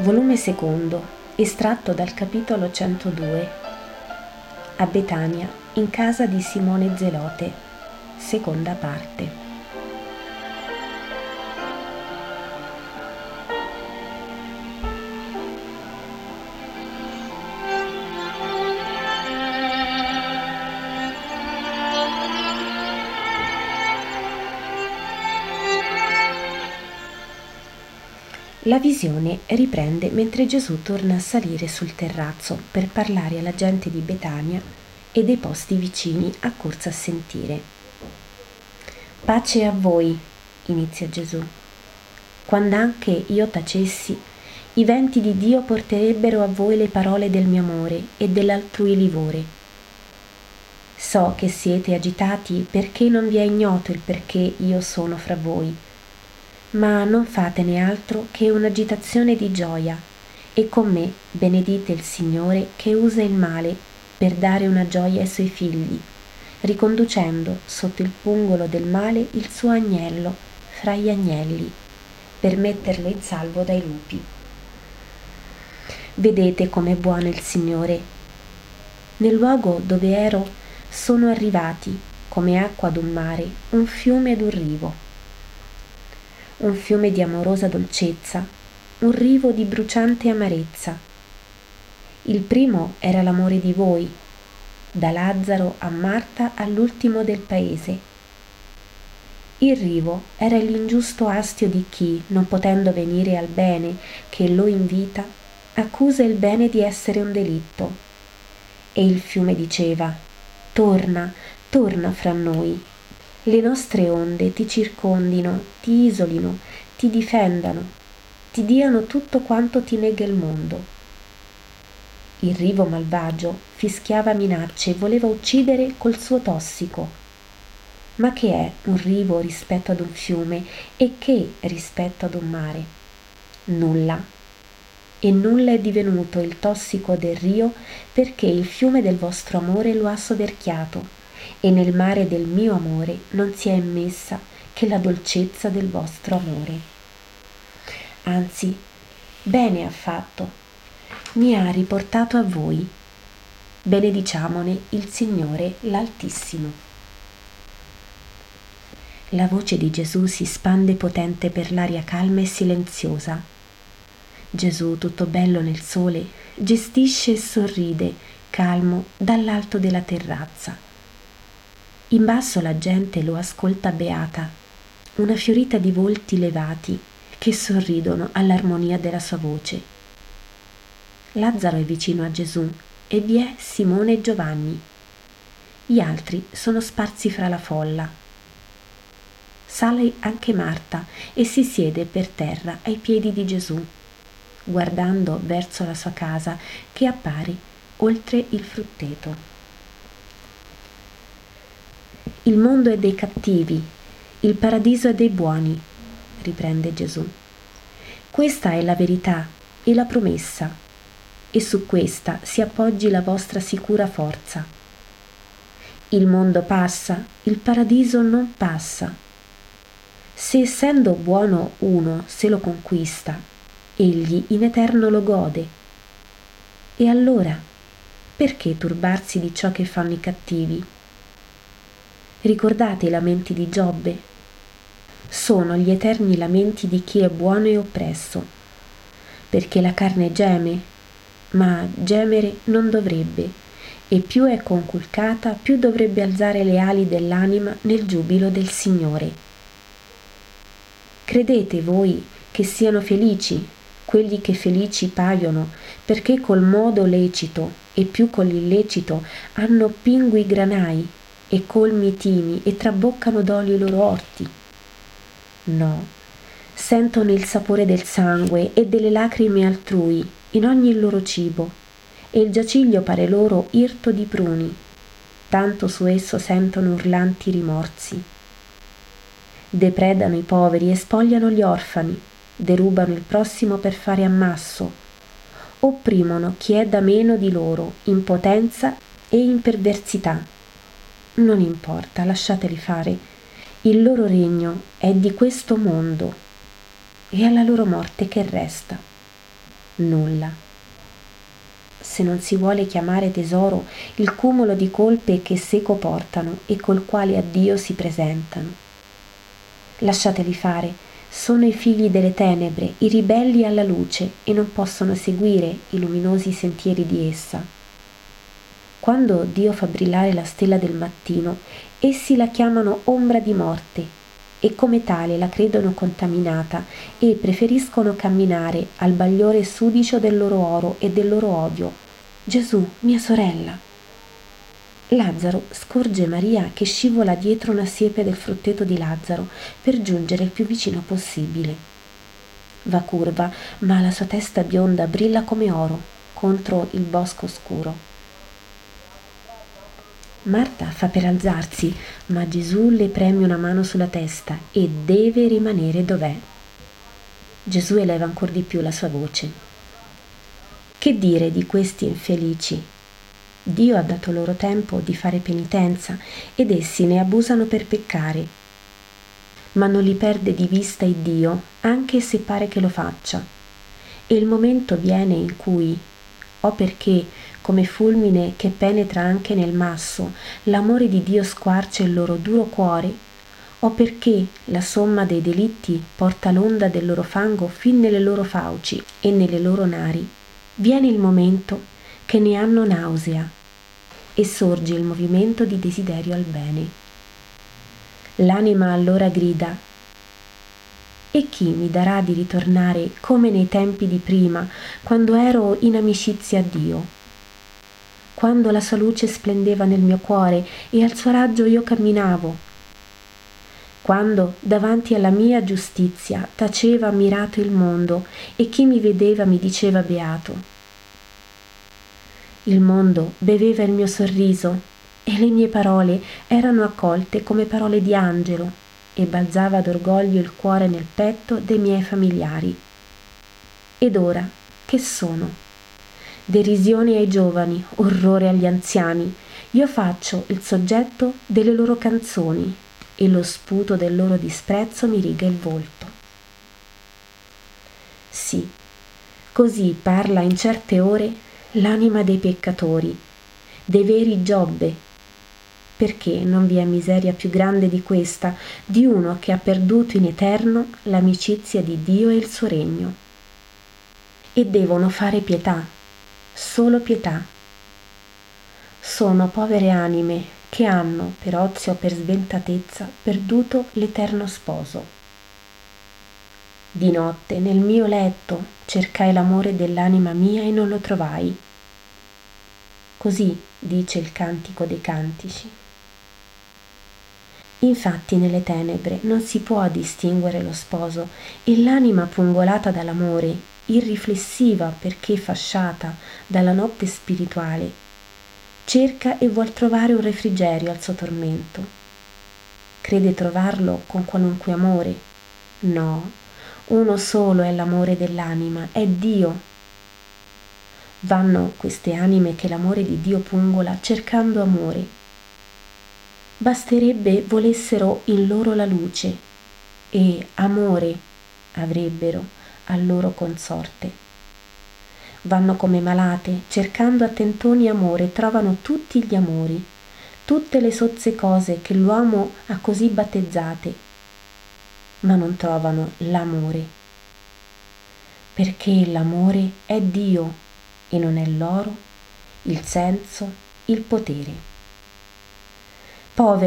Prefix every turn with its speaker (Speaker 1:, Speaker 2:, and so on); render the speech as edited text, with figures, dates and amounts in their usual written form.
Speaker 1: Volume secondo, estratto dal capitolo 102. A Betania, in casa di Simone Zelote, seconda parte. La visione riprende mentre Gesù torna a salire sul terrazzo per parlare alla gente di Betania e dei posti vicini accorsa a sentire. Pace a voi, inizia Gesù. Quando anche io tacessi, i venti di Dio porterebbero a voi le parole del mio amore e dell'altrui livore. So che siete agitati perché non vi è ignoto il perché io sono fra voi. Ma non fatene altro che un'agitazione di gioia, e con me benedite il Signore che usa il male per dare una gioia ai suoi figli, riconducendo sotto il pungolo del male il suo agnello fra gli agnelli, per metterlo in salvo dai lupi. Vedete com'è buono il Signore. Nel luogo dove ero sono arrivati, come acqua d'un mare, un fiume ed un rivo. Un fiume di amorosa dolcezza, un rivo di bruciante amarezza. Il primo era l'amore di voi, da Lazzaro a Marta all'ultimo del paese. Il rivo era l'ingiusto astio di chi, non potendo venire al bene che lo invita, accusa il bene di essere un delitto. E il fiume diceva: torna, torna fra noi. Le nostre onde ti circondino, ti isolino, ti difendano, ti diano tutto quanto ti nega il mondo. Il rivo malvagio fischiava minacce e voleva uccidere col suo tossico. Ma che è un rivo rispetto ad un fiume e che rispetto ad un mare? Nulla. E nulla è divenuto il tossico del rio perché il fiume del vostro amore lo ha soverchiato. E nel mare del mio amore non si è immessa che la dolcezza del vostro amore. Anzi, bene ha fatto, mi ha riportato a voi. Benediciamone il Signore l'Altissimo. La voce di Gesù si spande potente per l'aria calma e silenziosa. Gesù, tutto bello nel sole, gestisce e sorride, calmo, dall'alto della terrazza. In basso la gente lo ascolta beata, una fiorita di volti levati che sorridono all'armonia della sua voce. Lazzaro è vicino a Gesù e vi è Simone e Giovanni. Gli altri sono sparsi fra la folla. Sale anche Marta e si siede per terra ai piedi di Gesù, guardando verso la sua casa che appare oltre il frutteto. Il mondo è dei cattivi, il paradiso è dei buoni, riprende Gesù. Questa è la verità e la promessa, e su questa si appoggi la vostra sicura forza. Il mondo passa, il paradiso non passa. Se essendo buono uno se lo conquista, egli in eterno lo gode. E allora, perché turbarsi di ciò che fanno i cattivi? Ricordate i lamenti di Giobbe? Sono gli eterni lamenti di chi è buono e oppresso, perché la carne geme, ma gemere non dovrebbe, e più è conculcata, più dovrebbe alzare le ali dell'anima nel giubilo del Signore. Credete voi che siano felici quelli che felici paiono, perché col modo lecito e più con l'illecito hanno pingui granai e colmi timi e traboccano d'olio i loro orti? No, sentono il sapore del sangue e delle lacrime altrui in ogni loro cibo, e il giaciglio pare loro irto di pruni, tanto su esso sentono urlanti rimorsi. Depredano i poveri e spogliano gli orfani, derubano il prossimo per fare ammasso, opprimono chi è da meno di loro in potenza e in perversità. Non importa, lasciateli fare. Il loro regno è di questo mondo e alla loro morte che resta. nulla. Se non si vuole chiamare tesoro il cumulo di colpe che seco portano e col quale a Dio si presentano. Lasciateli fare, sono i figli delle tenebre, i ribelli alla luce e non possono seguire i luminosi sentieri di essa. Quando Dio fa brillare la stella del mattino, essi la chiamano ombra di morte e come tale la credono contaminata e preferiscono camminare al bagliore sudicio del loro oro e del loro odio. Gesù, mia sorella. Lazzaro scorge Maria che scivola dietro una siepe del frutteto di Lazzaro per giungere il più vicino possibile. Va curva, ma la sua testa bionda brilla come oro contro il bosco scuro. Marta fa per alzarsi, ma Gesù le preme una mano sulla testa e deve rimanere dov'è. Gesù eleva ancor di più la sua voce. Che dire di questi infelici? Dio ha dato loro tempo di fare penitenza ed essi ne abusano per peccare. Ma non li perde di vista il Dio, anche se pare che lo faccia. E il momento viene in cui, o perché, come fulmine che penetra anche nel masso, l'amore di Dio squarcia il loro duro cuore, o perché la somma dei delitti porta l'onda del loro fango fin nelle loro fauci e nelle loro nari, viene il momento che ne hanno nausea e sorge il movimento di desiderio al bene. L'anima allora grida: e chi mi darà di ritornare come nei tempi di prima, quando ero in amicizia a Dio? Quando la sua luce splendeva nel mio cuore e al suo raggio io camminavo? Quando davanti alla mia giustizia taceva ammirato il mondo e chi mi vedeva mi diceva beato? Il mondo beveva il mio sorriso e le mie parole erano accolte come parole di angelo e balzava d'orgoglio il cuore nel petto dei miei familiari. Ed ora che sono? Derisione ai giovani, orrore agli anziani. Io faccio il soggetto delle loro canzoni e lo sputo del loro disprezzo mi riga il volto. Sì, così parla in certe ore l'anima dei peccatori, dei veri Giobbe, perché non vi è miseria più grande di questa, di uno che ha perduto in eterno l'amicizia di Dio e il suo regno. E devono fare pietà, solo pietà. Sono povere anime che hanno, per ozio o per sventatezza, perduto l'eterno sposo. Di notte nel mio letto cercai l'amore dell'anima mia e non lo trovai. Così dice il Cantico dei Cantici. Infatti nelle tenebre non si può distinguere lo sposo e l'anima pungolata dall'amore, irriflessiva perché fasciata dalla notte spirituale, cerca e vuol trovare un refrigerio al suo tormento. Crede trovarlo con qualunque amore? No, uno solo è l'amore dell'anima, è Dio. Vanno queste anime che l'amore di Dio pungola cercando amore. Basterebbe volessero in loro la luce e amore avrebbero al loro consorte. Vanno come malate, cercando a tentoni amore, trovano tutti gli amori, tutte le sozze cose che l'uomo ha così battezzate, ma non trovano l'amore, perché l'amore è Dio e non è l'oro, il senso, il potere. Poveri